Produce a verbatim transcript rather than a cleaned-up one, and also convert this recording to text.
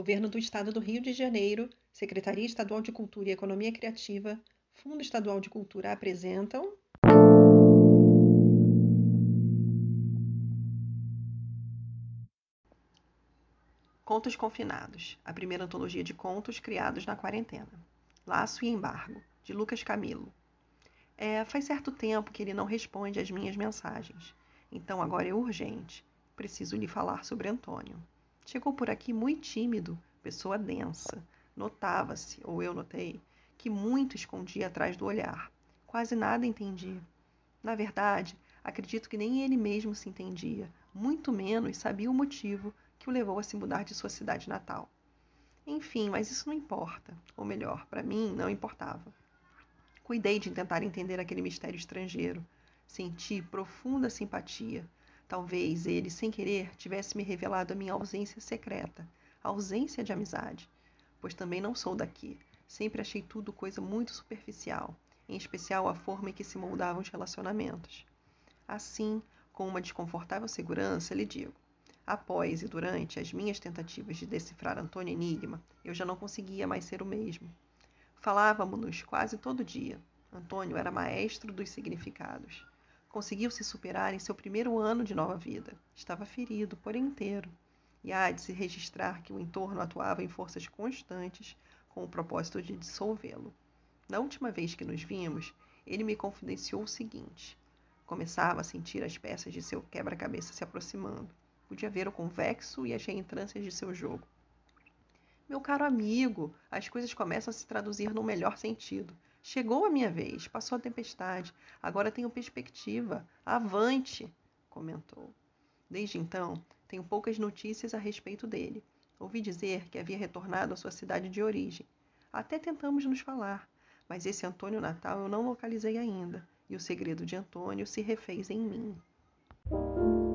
Governo do Estado do Rio de Janeiro, Secretaria Estadual de Cultura e Economia Criativa, Fundo Estadual de Cultura apresentam... Contos Confinados, a primeira antologia de contos criados na quarentena. Laço e Embargo, de Lucas Camilo. É, faz certo tempo que ele não responde às minhas mensagens. Então agora é urgente. Preciso lhe falar sobre Antônio. Chegou por aqui muito tímido, pessoa densa. Notava-se, ou eu notei, que muito escondia atrás do olhar. Quase nada entendia. Na verdade, acredito que nem ele mesmo se entendia, muito menos sabia o motivo que o levou a se mudar de sua cidade natal. Enfim, mas isso não importa. Ou melhor, para mim, não importava. Cuidei de tentar entender aquele mistério estrangeiro. Senti profunda simpatia. Talvez ele, sem querer, tivesse me revelado a minha ausência secreta, a ausência de amizade. Pois também não sou daqui. Sempre achei tudo coisa muito superficial, em especial a forma em que se moldavam os relacionamentos. Assim, com uma desconfortável segurança, lhe digo. Após e durante as minhas tentativas de decifrar Antônio Enigma, eu já não conseguia mais ser o mesmo. Falávamos-nos quase todo dia. Antônio era maestro dos significados. Conseguiu se superar em seu primeiro ano de nova vida. Estava ferido, porém inteiro. E há de se registrar que o entorno atuava em forças constantes com o propósito de dissolvê-lo. Na última vez que nos vimos, ele me confidenciou o seguinte. Começava a sentir as peças de seu quebra-cabeça se aproximando. Podia ver o convexo e as reentrâncias de seu jogo. Meu caro amigo, as coisas começam a se traduzir no melhor sentido. Chegou a minha vez, passou a tempestade, agora tenho perspectiva. Avante, comentou. Desde então, tenho poucas notícias a respeito dele. Ouvi dizer que havia retornado à sua cidade de origem. Até tentamos nos falar, mas esse Antônio Natal eu não localizei ainda, e o segredo de Antônio se refez em mim.